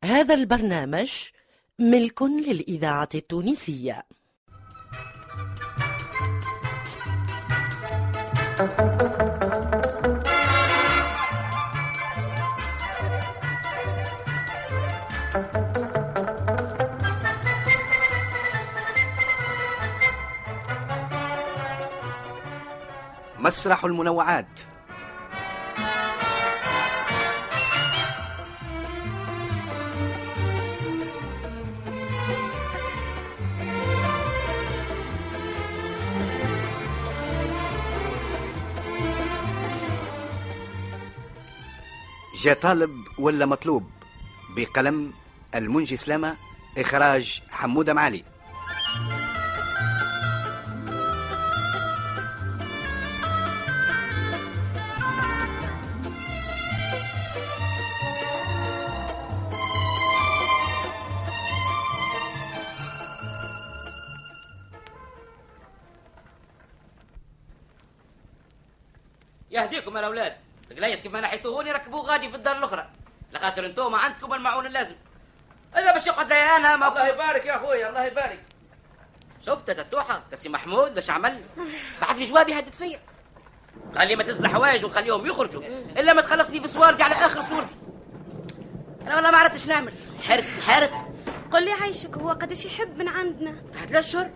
هذا البرنامج ملك للإذاعة التونسية. مسرح المنوعات. جا طالب ولا مطلوب، بقلم المنجي سلامة، إخراج حمودة معالي. يهديكم يا الاولاد، القليس كيف ما نحيتوهوني ركبوه غادي في الدار الاخرى، لخاطر انتم ما عندكم المعون اللازم. اذا باش يقعد لي انا ما الله يبارك يا اخويا، الله يبارك. شفت تتوحى كسي محمود لاش عمل؟ بعد لي جوابي هدد فيا، قال لي ما تزل حوايج ونخليهم يخرجوا الا ما تخلصني في صوردي على اخر صورتي. انا والله ما عرفتش نعمل، حرت. قل لي عايشك، هو قداش يحب من عندنا؟ تحت الاشهر.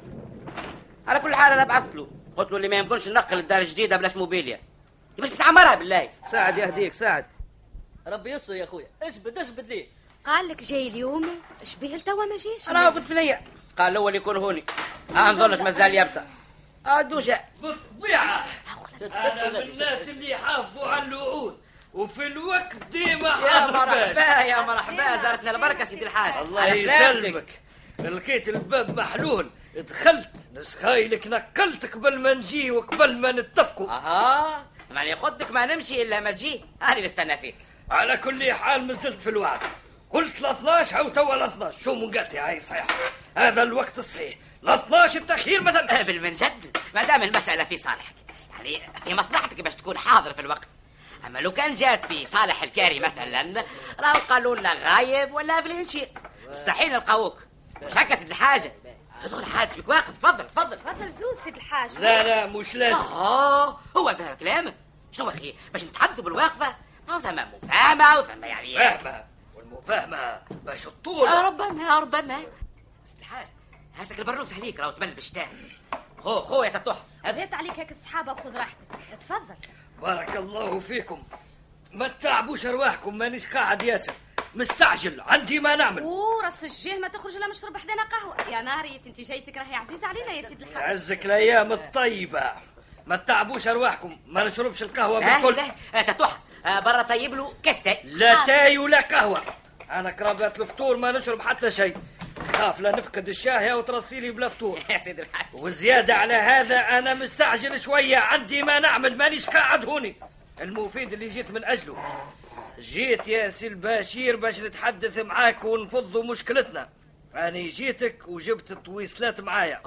على كل حال انا بعثت له، قلت له اللي ما يمكنش ننقل الدار الجديده بلاش موبيليا، باش بتعمرها بالله. ساعد يهديك ساعد. ربي يستر يا اخويا. اجبد ليه؟ قال لك جاي اليوم، اش بيه لتوا ما جاش؟ راهو في الثنيه، قال الاول يكون هوني. نظنش مازال يبطأ. دوجا بالطبيعه انا من الناس اللي يحافظوا على الوعود وفي الوقت ديما حاضر. يا مرحبا زارتنا البركه سيدي الحاج. الله يسلمك. لقيت الباب محلول، دخلت نسخايلك نقلت قبل ما نجي وقبل ما نتفقوا. ماني قلتك ما نمشي الا ما تجي، انا نستنى فيك. على كل حال ما زلت في الوعد، قلت ل 12 او توا ل 12. شو من قالتي هاي صحيح، هذا الوقت الصحيح. ل 12 التاخير مثلا. من جد ما دام المساله في صالحك، يعني في مصلحتك باش تكون حاضر في الوقت. اما لو كان جات في صالح الكاري مثلا، راهو قالوا لنا غايب ولا في الهنشير، مستحيل نلقاوك. مش هكا سيد الحاجه؟ ادخل حاج بك واقف. تفضل زوز سيد الحاج. لا مش لازم. هو ذا كلام. شنو اخي باش نتحدثوا بالواقفه؟ ما ثم مفاهمه وثم يعني فاهمه، والمفاهمه باش الطول. ربما سيد الحاج هاتك البرنوس عليك، راهو تبل بشتان. خو يا تطوح زيت عليك هيك السحابه وخذ راحتك. تفضل. بارك الله فيكم. ما تتعبوش ارواحكم، مانيش قاعد ياسر مستعجل، عندي ما نعمل. راس الجه ما تخرج الا مشرب حدانا قهوه. يا ناريت انت جايتك راهي عزيزه علينا يا سيد الحاج. عزك الايام الطيبه. ما تتعبوش ارواحكم، ما نشربش القهوه بالكل. تطوح برا طيب له كاستي. لا تاي ولا قهوه، انا قرابات الفطور ما نشرب حتى شيء، خاف لا نفقد الشاهيه وترصيلي بلا فطور. يا سيد الحاج وزياده على هذا انا مستعجل شويه، عندي ما نعمل، مانيش قاعد هوني. المفيد اللي جيت من اجله، جيت يا سي البشير باش نتحدث معاك ونفضوا مشكلتنا. أنا جيتك وجبت التويسلات معايا.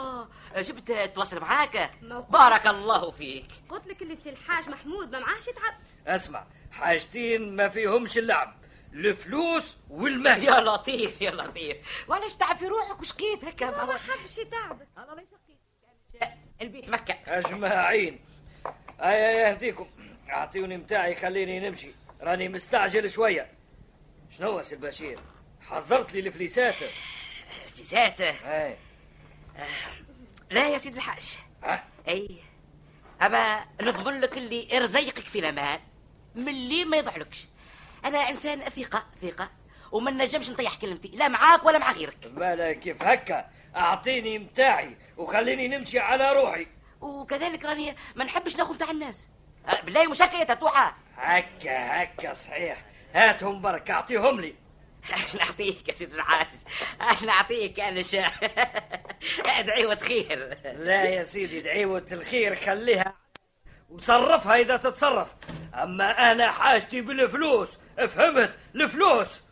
جبت تواصل معاك؟ بارك الله فيك. قلت لك اللي سي الحاج محمود ما معاش يتعب. اسمع، حاجتين ما فيهمش اللعب، الفلوس والمهج. يا لطيف وعلاش تعب في روحك وشقيت هكا؟ ما حبش يتعب. الله يشقيك. البيت مكة أجمعين. يهديكم، أعطيوني متاعي خليني نمشي، راني مستعجل شوية. شنو سي البشير؟ حضرت لي الفليسات. الفليسات؟ لا يا سيد الحاج. اي اما نضمن لك اللي رزيقك في الامان من اللي ما يضحلكش. انا انسان ثقة وما نجمش نطيح كلمتي لا معاك ولا مع غيرك. مالا كيف هكا؟ اعطيني متاعي وخليني نمشي على روحي. وكذلك راني ما نحبش ناخذ متاع الناس. بالله مش هكا يا تتوحى. هكا صحيح. هاتهم برك اعطيهم لي. اش نعطيك يا سيد الحاج؟ اش نعطيك انا دعيوة خير. لا يا سيدي، دعيوة الخير خليها وصرفها اذا تتصرف، اما انا حاجتي بالفلوس، فهمت؟ الفلوس.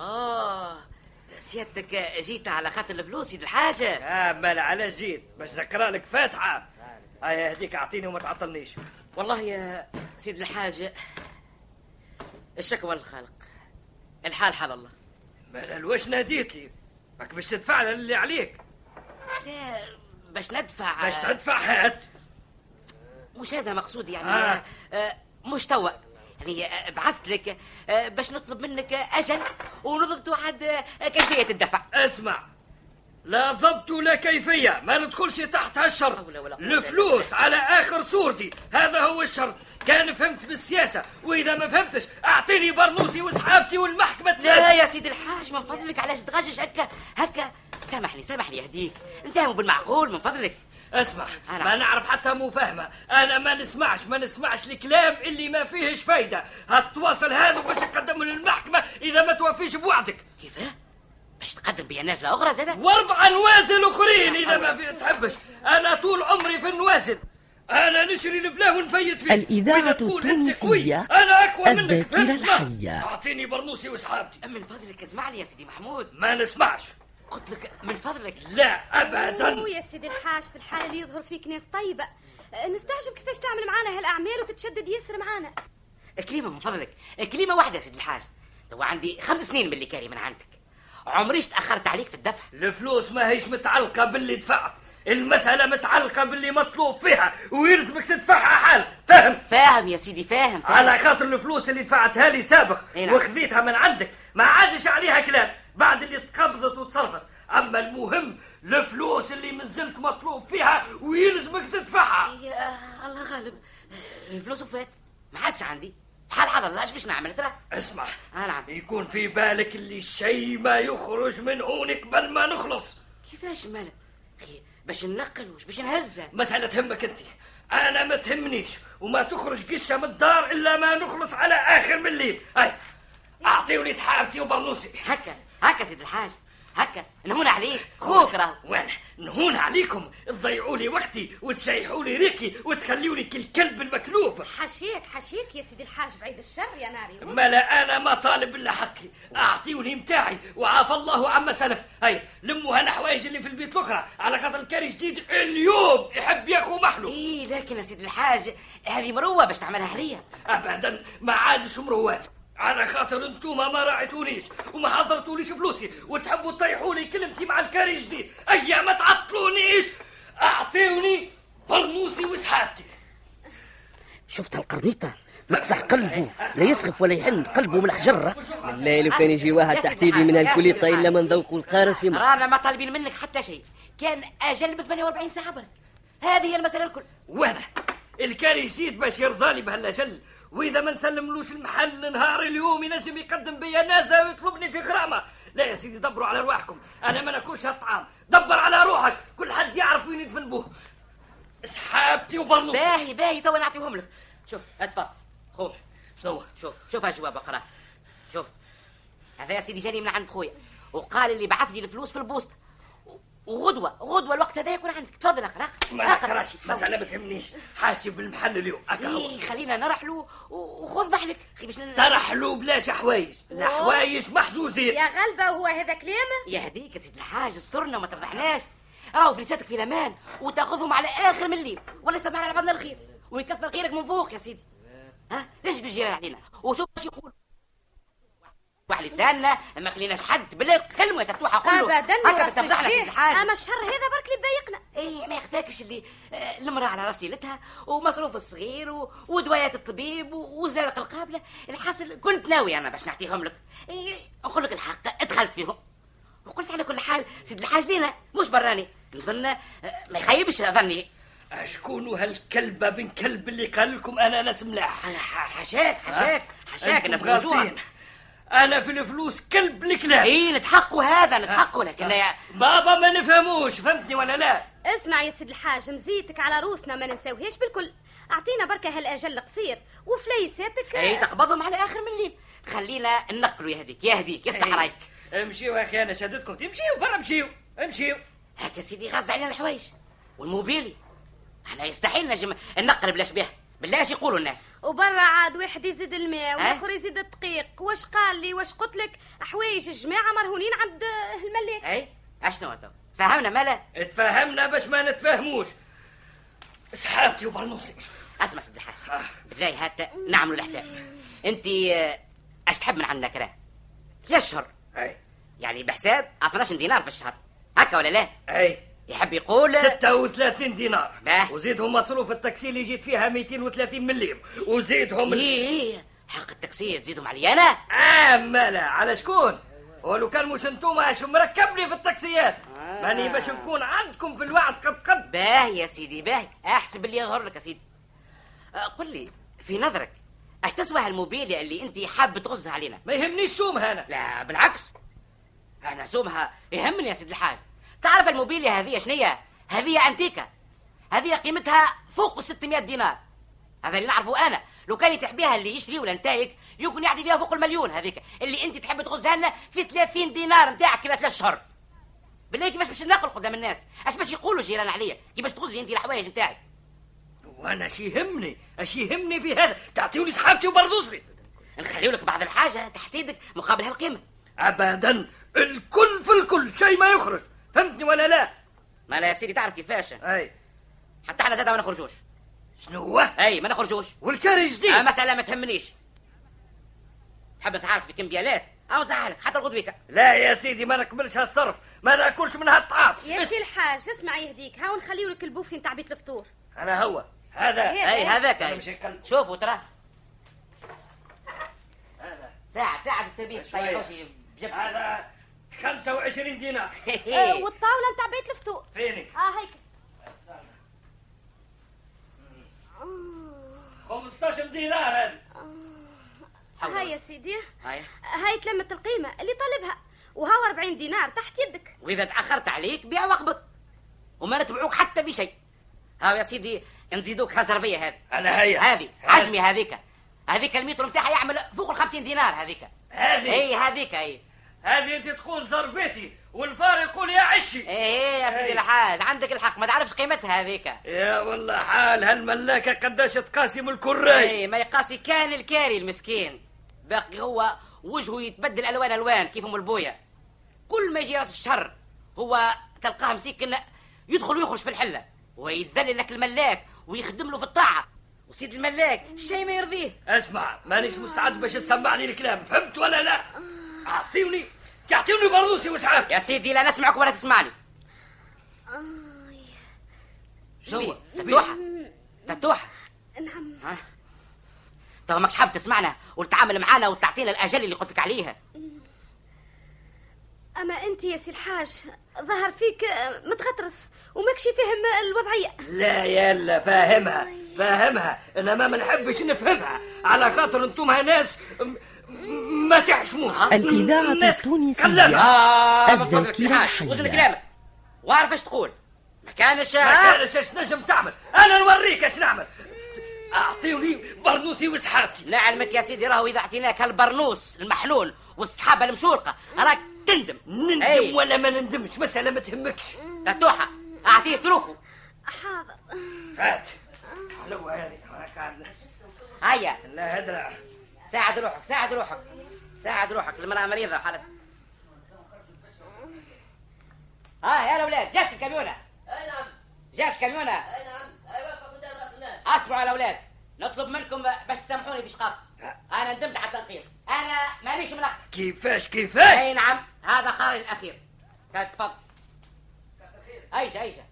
سيادتك جيت على خاطر الفلوس سيد الحاجة؟ مال علاش جيت؟ باش نقرا لك فاتحة. هديك اعطيني وما تعطلنيش. والله يا سيد الحاجة الشكوى للخالق، الحال حال الله. مالال واش ناديت لي؟ راك باش تدفع اللي عليك؟ لا باش ندفع. باش تدفع هات. مش هذا مقصودي يعني. مش توا يعني بعثت لك باش نطلب منك اجل ونضبط واحد كيفيه الدفع. اسمع، لا ضبط ولا كيفيه، ما ندخلش تحت هالشرط. الفلوس على اخر صورتي، هذا هو الشرط. كان فهمت بالسياسه، واذا ما فهمتش اعطيني برنوسي وصحابتي والمحكمه. لا يا سيدي الحاج من فضلك، علاش تغجج هكا. سامحني يهديك، نتهموا بالمعقول من فضلك. اسمع، ما نعرف حتى مفاهمه. انا ما نسمعش الكلام اللي ما فيهش فايده. هتواصل هذا باش نقدمه للمحكمه اذا ما توفيش بوعدك. كيفاه؟ باش تقدم بيا نازله اخرى زاده؟ و4 نوازل اخرين اذا ما في تحبش. انا طول عمري في النوازل. انا نشري البلاه ونفيد فيه. الإذاعة التونسية انا اقوى منك. الذاكرة الحية. اعطيني برنوسي وصحابتي. من فضلك اسمعني يا سيدي محمود. ما نسمعش. قلت لك من فضلك. لا ابدا. يا سيدي الحاج، في الحالة اللي يظهر فيك ناس طيبة. نستعجب كيفاش تعمل معانا هالاعمال وتتشدد يسر معانا. كلمة من فضلك، كلمة واحدة يا سيدي الحاج. تو عندي 5 سنين باللي كاري من عندك، عمريش تأخرت عليك في الدفع. الفلوس ما هيش متعلقة باللي دفعت، المسألة متعلقة باللي مطلوب فيها ويلزمك تدفعها حال. فاهم يا سيدي، فاهم. على خاطر الفلوس اللي دفعتها لي سابق وخذيتها من عندك، ما عادش عليها كلام بعد اللي تقبضت وتصرفت. أما المهم الفلوس اللي مازلت مطلوب فيها ويلزمك تدفعها. يا الله غالب، الفلوس وفات ما عادش عندي. حال على الله، ايش باش نعمل ترى؟ اسمع، نعم. يكون في بالك اللي الشيء ما يخرج من هونك قبل ما نخلص. كيفاش مالك اخي؟ باش ننقل وش باش نهزها؟ مسألة تهمك انت، انا ما تهمنيش. وما تخرج قشة من الدار الا ما نخلص على اخر من الليل. هاي اعطيوني سحابتي وبرنوسي. هكا سيد الحاج، هكا نهون عليك خوك راهو. وانا نهون عليكم؟ تضيعوا لي وقتي وتشيحوا لي ريقي وتخليوني كالكلب المكلوب. حشيك يا سيدي الحاج، بعيد الشر يا ناري. ما لا انا ما طالب الا حقي. اعطيوني متاعي وعافى الله عما سلف. هاي لموا هالحوايج اللي في البيت الاخرى على خاطر الكاري جديد اليوم يحب ياخو محلو. لكن يا سيدي الحاج هذه مروه باش تعملها عليا. ابدا ما عادش مروات، على خاطر انتوما ما راعيتونيش وما حضرتوليش فلوسي وتحبوا تطيحوا لي كلمتي مع الكاري جديد. ايا ما تعطلونيش، اعطيوني برنوسي وسحابتي. شفت القرنيطه مقصع قلبه، لا يسخف ولا يحن قلبه من الحجره. بالليل وكان يجي واحد تحت يدي من الكليطه الا من ذوقه القارص في رانا ما طالبين منك حتى شيء، كان اجل ب 48 ساعه برك. هذه هي المساله الكل. وانا الكاري جديد باش يرضى لي بهالاجل، واذا ما نسلملوش المحل نهار اليوم ينجم يقدم بيا نازه ويطلبني في غرامه. لا يا سيدي دبروا على رواحكم، انا ما ناكلش هالطعام. دبر على روحك، كل حد يعرف وين يدفن بوه. سحابتي وبرنوسي. باهي توا نعطيهم لك. شوف اتفضل خويا. شنو؟ شوف هالجواب اقراه. شوف هذا يا سيدي جاني من عند خويا وقال اللي بعث لي الفلوس في البوسطه، وغدوه الوقت هذا يكون عندك. تفضل اقرا. ما نقراش، مسألة ما تهمنيش. حاسب بالمحل اليوم. خلينا نرحلوا وخذ محلك باش ترحلوا بلاش حوايج، الحوايج محزوزين يا غلبه. هو هذا كلامه؟ يهديك يا سيدي الحاج، استرنا وما تفضحناش. راهو فلوساتك في الامان وتاخذهم على اخر من الليل، ولا يسمعنا على بعضنا الخير ويكثر خيرك من فوق يا سيدي. ليش تجي علينا؟ وشوف ايش يقول واحد لساننا ما خليناش حد بلا كلمه تتوحى كله. ابدا راس الشيخ، اما الشر هذا برك اللي بضايقنا. ما يخفاكش اللي المراه على راس ليلتها ومصروف الصغير ودوايات الطبيب وزلق القابله. الحاصل كنت ناوي انا باش نعطيهم لك. نقول لك الحق ادخلت فيهم وقلت على كل حال سيد الحاج لينا مش براني. نظن ما يخيبش ظني. شكون هالكلبه بن كلب اللي قال لكم انا ناس ملاح؟ حشاك الناس موجوده. انا في الفلوس كلب الكلاب. نتحقوا هذا نتحقوا، لكن يا بابا ما نفهموش. فهمتني ولا لا؟ اسمع يا سيد الحاج، مزيتك على روسنا ما ننساوهاش بالكل. اعطينا بركه هالاجل قصير وفليساتك تقبضهم على اخر من الليل. خلينا ننقلوا. يهديك يصلح رايك. امشيوا يا اخي، انا شهدتكم تمشيوا برا. امشيوا هكا سيدي غز علينا الحوايج والموبيلي. احنا يستحيل نجم ننقل بلاش بها، بلاش يقولوا الناس. وبرا عاد واحد يزيد الماء والاخر يزيد الدقيق. واش قال لي واش قلت لك؟ حوايج الجماعه مرهونين عند الملاك. اشنو انت تفهمنا؟ مالا تفهمنا باش ما نتفاهموش. سحابتي وبرنوسي. اسمع سيدي الحاج، بالله هات نعملوا الحساب. انت اش تحب من عندنا كراه 3 أشهر يعني بحساب 12 دينار في الشهر، هكا ولا لا؟ اي يحب يقول 36 دينار باه. وزيدهم مصروف التاكسي اللي جيت فيها 230 مليم وزيدهم ايه حق التاكسي تزيدهم علي انا؟ مالا على شكون؟ ولو كان مش انتوما اش مركبني في التاكسيات ماني باش نكون عندكم في الوعد قد باهي يا سيدي باهي، احسب اللي يظهر لك يا سيدي. قل لي في نظرك اش تسوى هالموبيليا اللي انت حاب تغزها علينا؟ ما يهمنيش سومها انا. لا بالعكس، انا سومها يهمني يا سيدي الحاج. تعرف الموبيليا هذه شنية؟ هذه انتيكا، هذه قيمتها فوق 600 دينار. هذا اللي نعرفه انا. لو كان يتح بها اللي يشتري ولا نتايك يمكن يعطي فيها فوق المليون. هذيك اللي انت تحب تغزها لنا في 30 دينار نتاعك كلا 3 شهور. بالله كيفاش باش ننقل قدام الناس؟ اش باش يقولوا جيران عليا؟ كيفاش تغزلي انت الحوايج نتاعك؟ وانا اش يهمني في هذا؟ تعطيوني صحابتي وبرضوصري. نخليو لك بعض الحاجه تحت يدك مقابل هالقيمه. ابدا، الكل في الكل شيء ما يخرج، فهمتني ولا لا؟ ما لا يا سيدي تعرف كيفاش؟ اي حتى احنا زاد ما نخرجوش. شنو هو؟ اي ما نخرجوش. والكاري جديد مسألة ما تهمنيش. تحب نصحالك في كمبيالات او نصحالك حتى الغدويكا؟ لا يا سيدي ما نقبلش هالصرف، ما ناكلش من هالطعام. يا سي الحاج اسمع يهديك، هاو نخليو لك البوفي نتاع بيت الفطور. انا هو هذا. اي هذاك. أي. شوفوا ترى هذا ساعد السبيس طيب بجبل. هذا 25 دينار. والطاوله نتاع بيت الفطور فيني هيك 15 دينار هذه. هاي يا سيدي، هاي تلمة القيمة اللي طلبها، وهاو 40 دينار تحت يدك. واذا تاخرت عليك بيع واقبض وما نتبعوك حتى بشيء. هاو يا سيدي نزيدوك هالزربيه هذه. انا هي هذه عجمي هذيك المتر نتاعها يعمل فوق 50 دينار هذيك. هذه اي هذيك اي هذه انت تقول زربتي والفار يقول يا عشي. ايه يا سيدي الحاج عندك الحق، ما تعرفش قيمتها هذيك. يا والله حال هالملاكه قداش تقاسم الكراي. ايه ما يقاسي كان الكاري المسكين، باقي هو وجهه يتبدل الوان كيف ام البويه. كل ما يجي راس الشهر هو تلقاه مسكين يدخل ويخرج في الحله ويذلل لك الملاك ويخدم له في الطاعه، وسيد الملاك شيء ما يرضيه. اسمع مانيش مستعد باش تسمعني الكلام، فهمت ولا لا؟ تعطيوني بردوسي وسحابتي. يا سيدي لا نسمعك ولا تسمعني. شو تتوحة؟ نعم. طب ماكش حاب تسمعنا وتتعامل معانا وتعطينا الاجل اللي قلت لك عليها؟ اما انت يا سي الحاج ظهر فيك متغطرس وماكش فاهم الوضعيه. لا يلا فاهمها انما ما نحبش نفهمها على خاطر انتم ناس ما تحشموش. الإذاعة التونسية الذاكرة الحية. وزن كلامك واعرف ايش تقول. ما كانش ايش نجم تعمل، انا نوريك ايش نعمل. اعطيوني برنوسي وسحابتي. لعلمك يا سيدي راهو اذا اعطيناك هالبرنوس المحلول والسحابه المشورقه راك تندم. نندم ولا ما نندمش مسألة ما تهمكش. تتوحة اعطيه تروكو. حاضر. هات لو هذه هيا لا هدرع. ساعد روحك المرأة مريضة حالتها. يا الاولاد جات الكاميونه. اي نعم جات الكاميونه. اي نعم ايوه قدام راس الناس. اسمعوا يا الاولاد نطلب منكم باش تسامحوني بشقاق. انا ندمت على التنقيب، انا مانيش منقب. كيفاش اي نعم هذا قراري الاخير. تفضل عيشة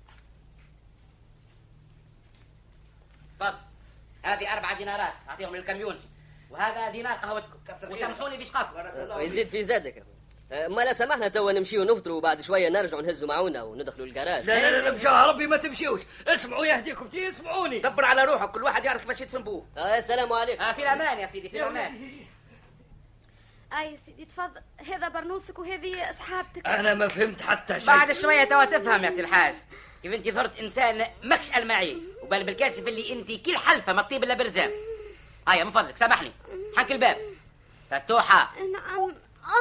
تفضل. هذه 4 دينارات اعطيهم للكاميون، وهذا دينار قهوتكم وسامحوني بشقاقكم. يزيد في زادك. ما لا سمحنا توا نمشيو نفطروا وبعد شويه نرجعوا نهزوا معونا وندخلوا الجراج. لا بجاه ربي ما تمشيوش. اسمعوا يهديكم اسمعوني. دبر على روحك كل واحد يعرف كيفاش يدفن بوه. السلام عليكم. في الامان يا سيدي في الامان. يا سيدي تفضل، هذا برنوسك وهذه اصحابتك. انا ما فهمت حتى شيء. بعد شويه توا تفهم يا سي الحاج كيف انت ظهرت انسان ماكش الماعي وبال بالكاشف اللي انت كل حلفه ما تطيب الا برزام. من فضلك سامحني حنك الباب. فتوحه. نعم.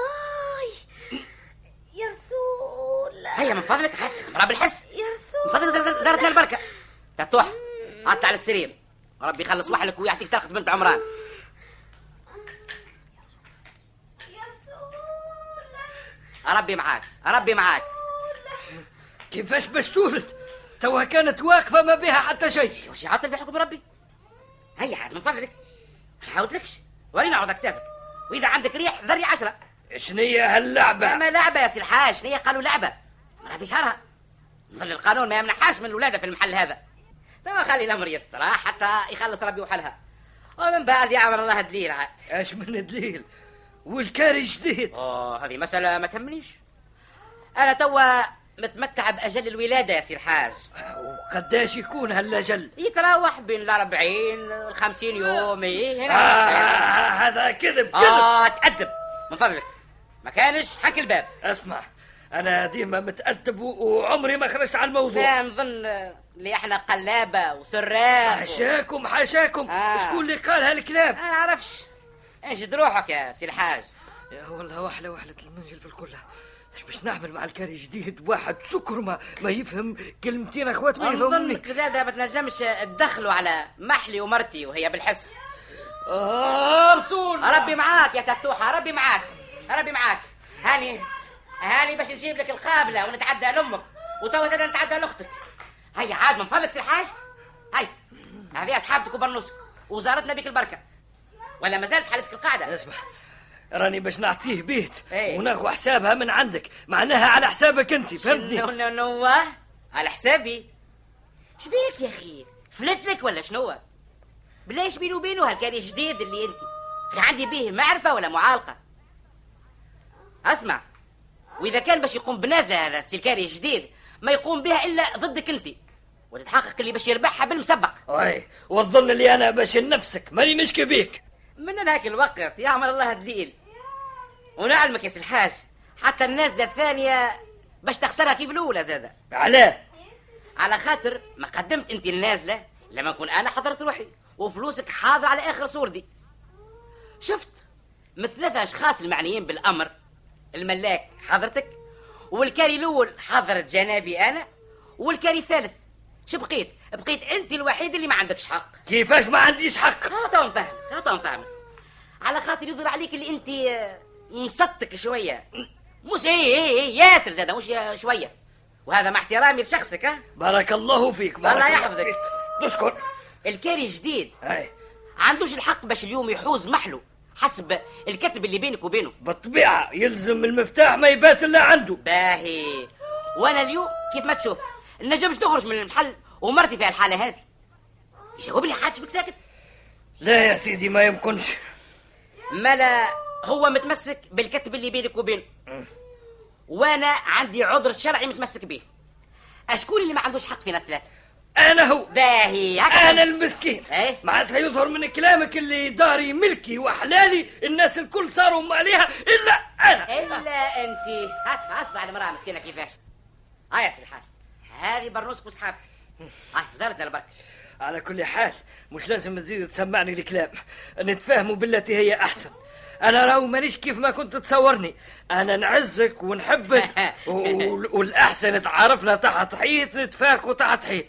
يا رسول. هيا من فضلك هات مرة بالحس. يا رسول من فضلك زارتنا البركه. فتوحه هات على السرير ربي يخلص وحلك ويعطيك طاقه بنت عمران. ربي معاك. كيفاش باش تولد توا كانت واقفه ما بها حتى شيء. واش يعطل في حكم ربي. هيا عاد من فضلك ما حاولتلكش ورينا عرض كتافك، واذا عندك ريح ذري 10. شنية هاللعبة؟ ما لعبة يا سي الحاج، شنية قالوا لعبة؟ ما في شهرها. نظن القانون ما يمنحهاش من الولادة في المحل هذا. توا خلي الأمر يستراح حتى يخلص ربي وحلها، ومن بعد يعمل الله دليل عاد. ايش من دليل؟ والكاري جديد. هذه مسألة ما تهمنيش. أنا توا متمتع بأجل الولادة يا سي الحاج. وقداش يكون هالأجل؟ يتراوح بين 40 و 50 يوم. هذا كذب. تأدب من فضلك، ما كانش حك الباب. اسمع، أنا ديما متأدب وعمري ما خرجت على الموضوع. لا نظن اللي احنا قلابة وسراق. حاشاكم حاشاكم. شكون اللي قال هالكلام؟ أنا نعرفش. انشد روحك يا سي الحاج. يا والله وحلة المنزل في الكلة. ايش باش نعمل مع الكاري جديد؟ واحد سكر ما يفهم كلمتين اخوات ما يفهموني. نظنك زادة ما تنجمش تدخلوا على محلي ومرتي وهي بالحس. رسول ربي معاك يا تتوحة، ربي معاك ربي معاك. هاني باش نجيب لك القابلة ونتعدى لأمك، وتوا زاد نتعدى لأختك. هيا عاد من فضلك سي الحاج. هاي هذه أصحابتك وبرنوسك وزارتنا بك البركة، ولا ما زالت حالتك القاعدة؟ اسمع، راني باش نعطيه بيت ايه؟ وناخذ حسابها من عندك، معناها على حسابك انت، فهمتني؟ نو على حسابي؟ شبيك يا اخي، فلتلك ولا شنو؟ بلاش بيني وبينه هالكاري جديد اللي انت عندي به معرفة ولا معالقة. اسمع، واذا كان باش يقوم بنازلة هذا السلكاري الجديد ما يقوم بها الا ضدك انت، وتتحقق اللي باش يربحها بالمسبق. اي وتظن اللي انا باش نفسك ماني مشكي بيك. من ذاك الوقت يعمل الله دليل. ونعلمك يا سي الحاج، حتى النازلة الثانية باش تخسرها كيف الأولى زادة. علاه؟ على خاطر ما قدمت انت النازلة لما نكون أنا حضرت روحي وفلوسك حاضر على آخر صوردي. شفت من 3 أشخاص المعنيين بالأمر، الملاك حضرتك، والكاري الأول حضرت جنابي أنا، والكاري الثالث شو بقيت انت الوحيد اللي ما عندكش حق. كيفاش ما عنديش حق؟ هاتون فهم على خاطر يظهر عليك اللي انت مصدق شويه، مش ايه ياسر زاده، مش شويه، وهذا مع احترامي لشخصك. بارك الله فيك. الله يحفظك. تشكر. الكاري جديد اي عندوش الحق باش اليوم يحوز محله حسب الكتب اللي بينك وبينه. بالطبيعه يلزم المفتاح ما يبات الا عنده. باهي، وانا اليوم كيف ما تشوف نجمش تخرج من المحل ومرتي في الحاله هذه. يجاوبني حاج بك ساكت. لا يا سيدي ما يمكنش. ملا هو متمسك بالكتب اللي بينك وبينه، وانا عندي عذر شرعي متمسك به. اشكون اللي ما عندوش حق فينا الثلاثه؟ انا هو. باهي انا المسكين. ايه؟ معناتها يظهر من كلامك اللي داري ملكي وحلالي، الناس الكل صاروا عليها الا انا. الا انت. اسمع على المراه مسكينه كيفاش. يا سي الحاج، هذه برنوسك وصحابتك. زارتنا البركه. على كل حال مش لازم تزيد تسمعني الكلام، نتفاهموا بالتي هي احسن. انا راهو مانيش كيف ما كنت تصورني، انا نعزك ونحبك والاحسن تعرفنا تحت حيط نتفارقوا تحت حيط.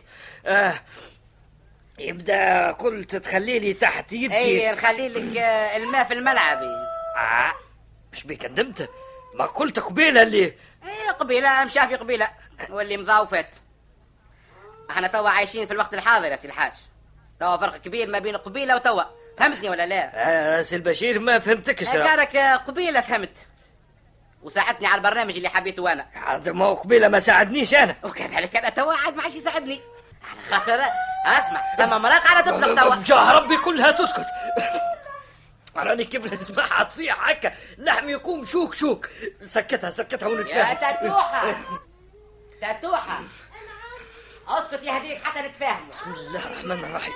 يبدا قلت تخلي لي تحت يدي. اي نخلي لك الماء في الملعب. مش بيك ندمت؟ ما قلت قبيله اللي قبيله مشافي قبيله واللي مضى وفات. احنا توا عايشين في الوقت الحاضر يا سي الحاج، توا فرق كبير ما بين قبيله وتوا، فهمتني ولا لا؟ سي البشير ما فهمتكش. كارك قبيله فهمت وساعدتني على البرنامج اللي حبيته انا. هذا ما هو قبيله ما ساعدنيش انا، وكذلك انا توا عاد ما عادش يساعدني على خاطر اسمع لما مرات على تطلق توا. بجاه ربي قلها تسكت. راني كيف نسمعها تصيح هكا لحم يقوم شوك. سكتها ونتفاهم. يا تتوحة اسكت يهديك حتى نتفاهم. بسم الله الرحمن الرحيم.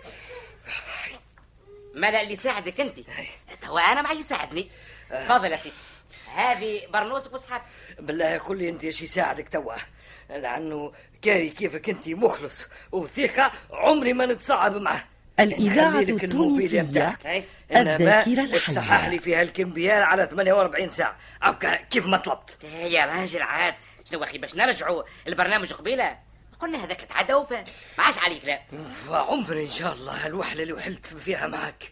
ملا اللي يساعدك انت توا انا ما يساعدني. تفضل يا سيدي، هذه برنوسك وصحابك. بالله قل لي انت ايش يساعدك توا، لانه كاري كيفك انت مخلص وثقه عمري ما نتصعب معه. الإذاعة التونسية الذاكرة الحية. صحح لي في هالكمبيال على 48 ساعة أو كيف ما طلبت. يا راجل عاد شنو أخي باش نرجعوا البرنامج قبيلة؟ قلنا هذاك تعدى وفات ما عادش عليك. لا وعمري إن شاء الله الوحلة اللي وحلت فيها معك.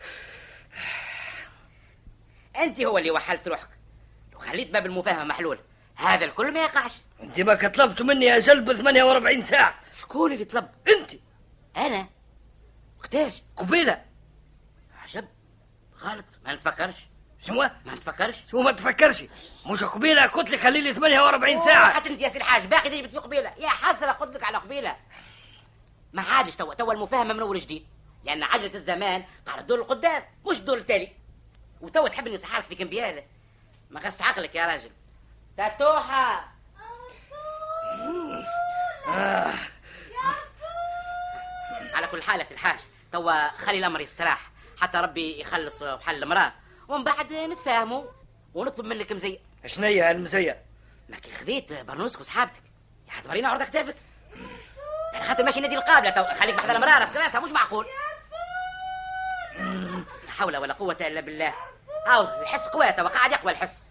أنت هو اللي وحلت روحك، لو خليت باب المفاهمة محلول هذا الكل ما يقعش. أنت ما طلبت مني أجل ب 48 ساعة. شكون اللي طلب؟ أنت. أنا؟ وقتاش؟ قبيلة. عجب، غلط ما نتفكرش. شنو؟ ما تفكرش؟ شو ما تفكرش؟ مش قبيله قلت لك خلي لي 48 ساعه. حتى انت يا سي الحاج باقي تجي في قبيله، يا حسره قلت لك على قبيله. ما عادش توا المفاهمه من اول جديد، لان عجله الزمان قاعده تدور لقدام مش تدور للتالي. وتوا تحب نصحالك في كمبياله، ما غس عقلك يا راجل. تاتوحه على كل حال يا سي الحاج توا خلي الامر يستراح حتى ربي يخلص وحل المراه، ومن بعد نتفاهموا ونطلب منك مزيه. شنيا المزيه؟ ماكي خذيت برنوسك وصحابتك، يعني تورينا عرض كتافك، يعني خاطر ماشي نادي القابله تو خليك بحذا المراه راسك راسها مش معقول. لا حول ولا قوه الا بالله. هاو الحس قوي تو قاعد يقوى الحس.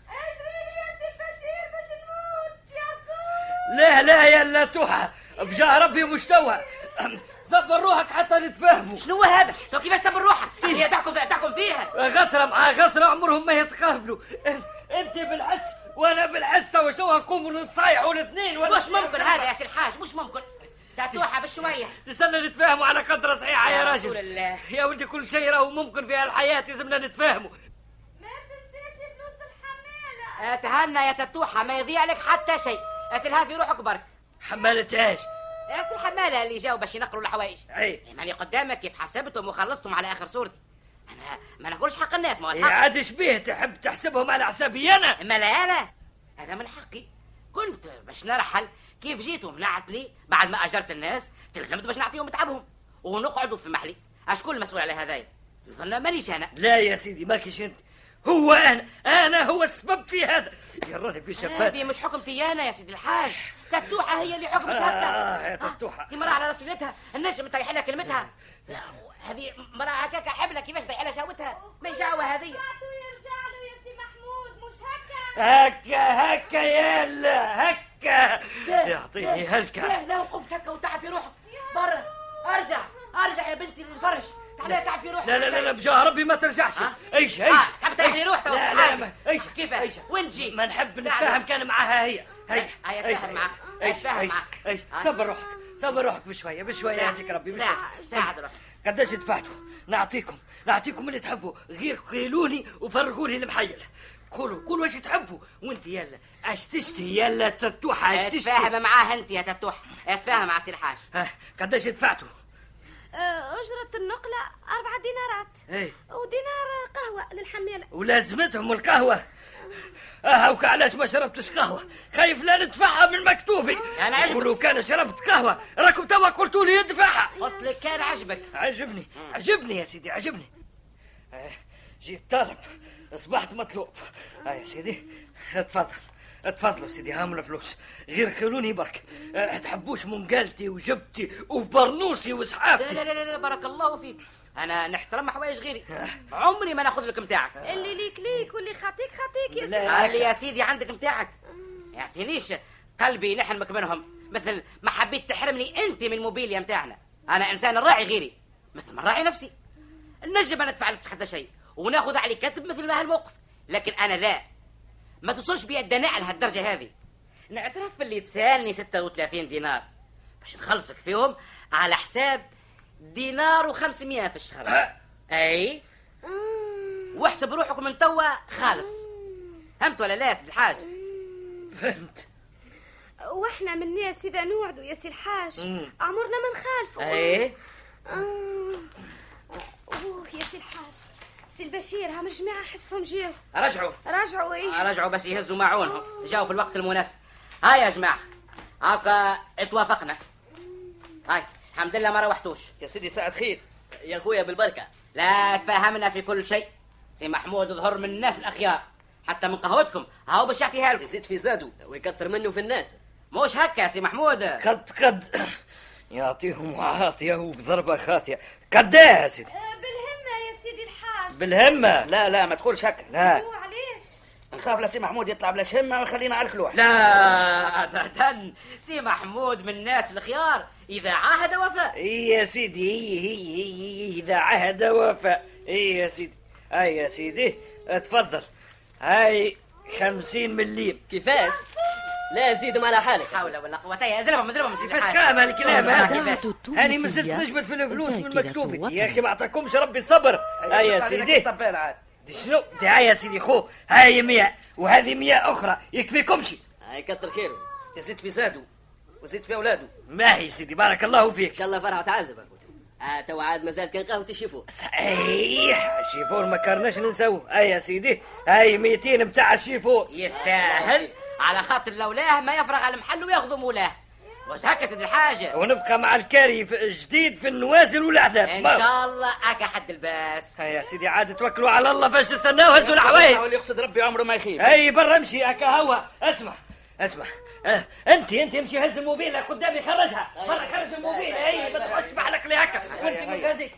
لا لا يا اللاتوحة بجاه ربي مش توا. صبر روحك حتى نتفاهموا. شنو هذا؟ تو كيفاش تبر روحك؟ هي تحكم فيها. غسرة مع غسرة عمرهم ما يتقابلوا. انت بالحس وانا بالحس توا شو نقوموا نتصايحوا الاثنين ولا مش ممكن هذا يا سي الحاج مش ممكن. تاتوحة بشوية تستنى نتفاهموا على قدرة صحيحة يا راجل. رسول الله. يا ولدي كل شيء راهو ممكن في الحياة لازمنا نتفاهموا. ما تنساش فلوس الحمالة. تهنى يا تاتوحة ما يضيع لك حتى شيء. اتلها في روحك برك. حمالة ايش؟ الحمالة اللي جاوا باش ينقروا الحوايج. اي ماني قدامك كيف حسبتهم وخلصتهم على اخر صورتي. انا ما نقولش حق الناس ما هو الحق. عاد شبيه تحب تحسبهم على حسابي انا؟ ما لا انا هذا من حقي. كنت باش نرحل كيف جيت ومنعتني بعد ما اجرت الناس تلزمت باش نعطيهم تعبهم ونقعدوا في محلي. اشكون المسؤول على هذايا؟ نظن مانيش انا. لا يا سيدي ماكيش انت، هو انا هو السبب في هذا. يا راجل في شباب هذه مش حكمتي انا يا سيدي الحاج. تاتوحة هي اللي حكمت هكا. يا تاتوحة دي مرأة على رسولتها النجم طيح لها كلمتها. لا هذه مرأة هكاك حبلة كيفاش طيح لها شهوتها ما يشاوى هذه. يرجع له يا سي محمود مش هكا. هكا يلا هكا يعطيني هلكة. لا وقفت هكا وتعب في روحك برا. ارجع يا بنتي للفرش. تعالي تعب في روحك. لا بجاه ربي ما ترجعش. ايش تحب تريحي روحك لا ايش كيف وين تجي؟ ما نحب نتفاهم كان معاها هي تفاهم معاها. ايش صبر روحك بشويه يعطيك ربي ساعد روحك. قداش دفعتوا؟ نعطيكم اللي تحبوا غير قيلوني وفرغوا لي المحيل. قولوا واش تحبوا وانت يلا اش تشتهي يلا تتوحة اش تشتهي. تفاهم معاه انت يا تتوحة تفاهم مع سي الحاج. قداش دفعتوا؟ أجرة النقلة 4 دينارات. ايه ودينار قهوة للحمالة. ولازمتهم القهوة. وعلاش ما شربتش قهوة؟ خايف لا ندفعها من مكتوبي. أنا عجبك. ولو كان شربت قهوة راكم توا قلتوا لي ادفعها. قلت لك كان عجبك. عجبني يا سيدي عجبني. جيت طالب اصبحت مطلوب. يا سيدي اتفضلوا سيدي هام الفلوس غير خلوني برك. تحبوش منقالتي وجبتي وبرنوسي وصحابتي. لا بارك الله فيك. انا نحترم حوايج غيري. عمري ما ناخذ لك متاعك. اللي ليك واللي خاطيك يا سيدي. اللي يا سيدي عندك متاعك يعطينيش قلبي نحرمك منهم مثل ما حبيت تحرمني انت من الموبيليا متاعنا. انا انسان راعي غيري مثل ما راعي نفسي. نجم انا ادفع لك حتى شيء وناخذ عليك كتب مثل ما هالموقف، لكن انا لا ما توصلش بيا الدناءة لهالدرجة هذه. نعترف اللي تسالني 36 دينار باش نخلصك فيهم على حساب دينار و500 في الشهر. اي واحسب روحك من توا خالص. فهمت ولا لا يا سيدي الحاج؟ فهمت. واحنا من الناس اذا نوعدوا يا سي الحاج عمرنا ما نخالفوا. اي يا سي الحاج سي البشير هم الجماعة حسهم جيروا. رجعوا ايه رجعوا بس يهزوا معونهم جاوا في الوقت المناسب. هاي يا جماعة هاكا اتوافقنا. هاي الحمد لله ما روحتوش. يا سيدي ساعة خير يا اخويا بالبركة. لا تفاهمنا في كل شيء. سي محمود ظهر من الناس الأخيار حتى من قهوتكم هاو باش يعطيها لكم. يزيد في زادو ويكثر منه في الناس. مش هكا يا سي محمود. قد يعطيهم عاطية وبضربة خاطية. قد ايه يا سيدي؟ بالهمة يا سيدي الحاج. بالهمة. لا ما تقولش هكا. لا علاش؟ نخاف لسي محمود يطلع بلاش همة ويخلينا على الكلوح. لا أبدا سي محمود من الناس الخيار إذا عاهد وفى. اي يا سيدي هي إذا عهد وفى. اي يا سيدي يا سيدي اتفضل. هاي 50 مليم. كيفاش؟ لا زيدهم على حالك. حول ولا قوة. اضربهم سيدي. كيفاش كلام هالكلام هذا؟ هاني ما زلت نجبد في الفلوس من مكتوبتي يا اخي ما اعطاكمش ربي الصبر. يا سيدي شنو؟ هاي يا سيدي خو، هاي 100 وهذه 100 أخرى، يكفيكمش. هاي كتر خيره. يزيد في زادو وزيد في أولاده. ما هي سيدي بارك الله فيك. إن شاء الله فرحة تعازب. تو عاد مازال كان قهوة الشيفون. صحيح الشيفون ما كرناش ننسوه. هاي يا سيدي هاي 200 بتاع الشيفون. يستاهل على خاطر لولاه ما يفرغ على المحل وياخذ مولاه. واش هكا سيدي الحاجة؟ ونبقى مع الكاري الجديد في النوازل والأحذاب. إن شاء الله هكا حد الباس. هيا سيدي عاد توكلوا على الله فاش تستناو هزوا الحوايج. اللي يقصد ربي عمره ما يخيب. هاي برا امشي هكا هوا. اسمع انت امشي هز الموبيل قدامي خرجها برا خرج الموبيل. هاي ما تخش بحلك لي هكا وانت من هذيك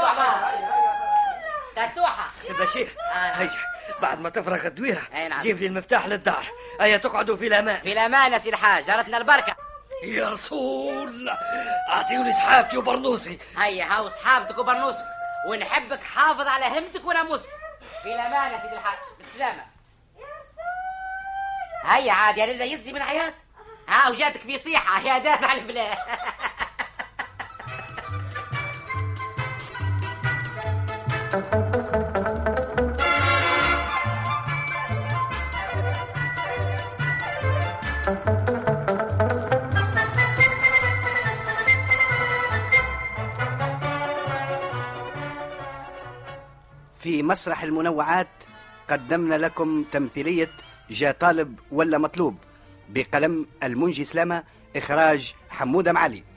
تاتوحة سيب شيء. هيا بعد ما تفرغ الدويرة نعم. جيب لي المفتاح للدار. هيا تقعدوا في الأمان. في الأمان يا سي الحاج جارتنا البركة. يا رسول الله اعطيوني صحابتي وبرنوسي. هيا هاو صحابتك وبرنوسك ونحبك حافظ على همتك وناموسك. في الأمان يا سيدي الحاج بالسلامة. هيا عاد يا لله يزي من عياط. ها وجاتك في صيحة يا دافع البلاد. في مسرح المنوعات قدمنا لكم تمثيلية جا طالب ولا مطلوب بقلم المنجي سلامة، إخراج حمودة معلي.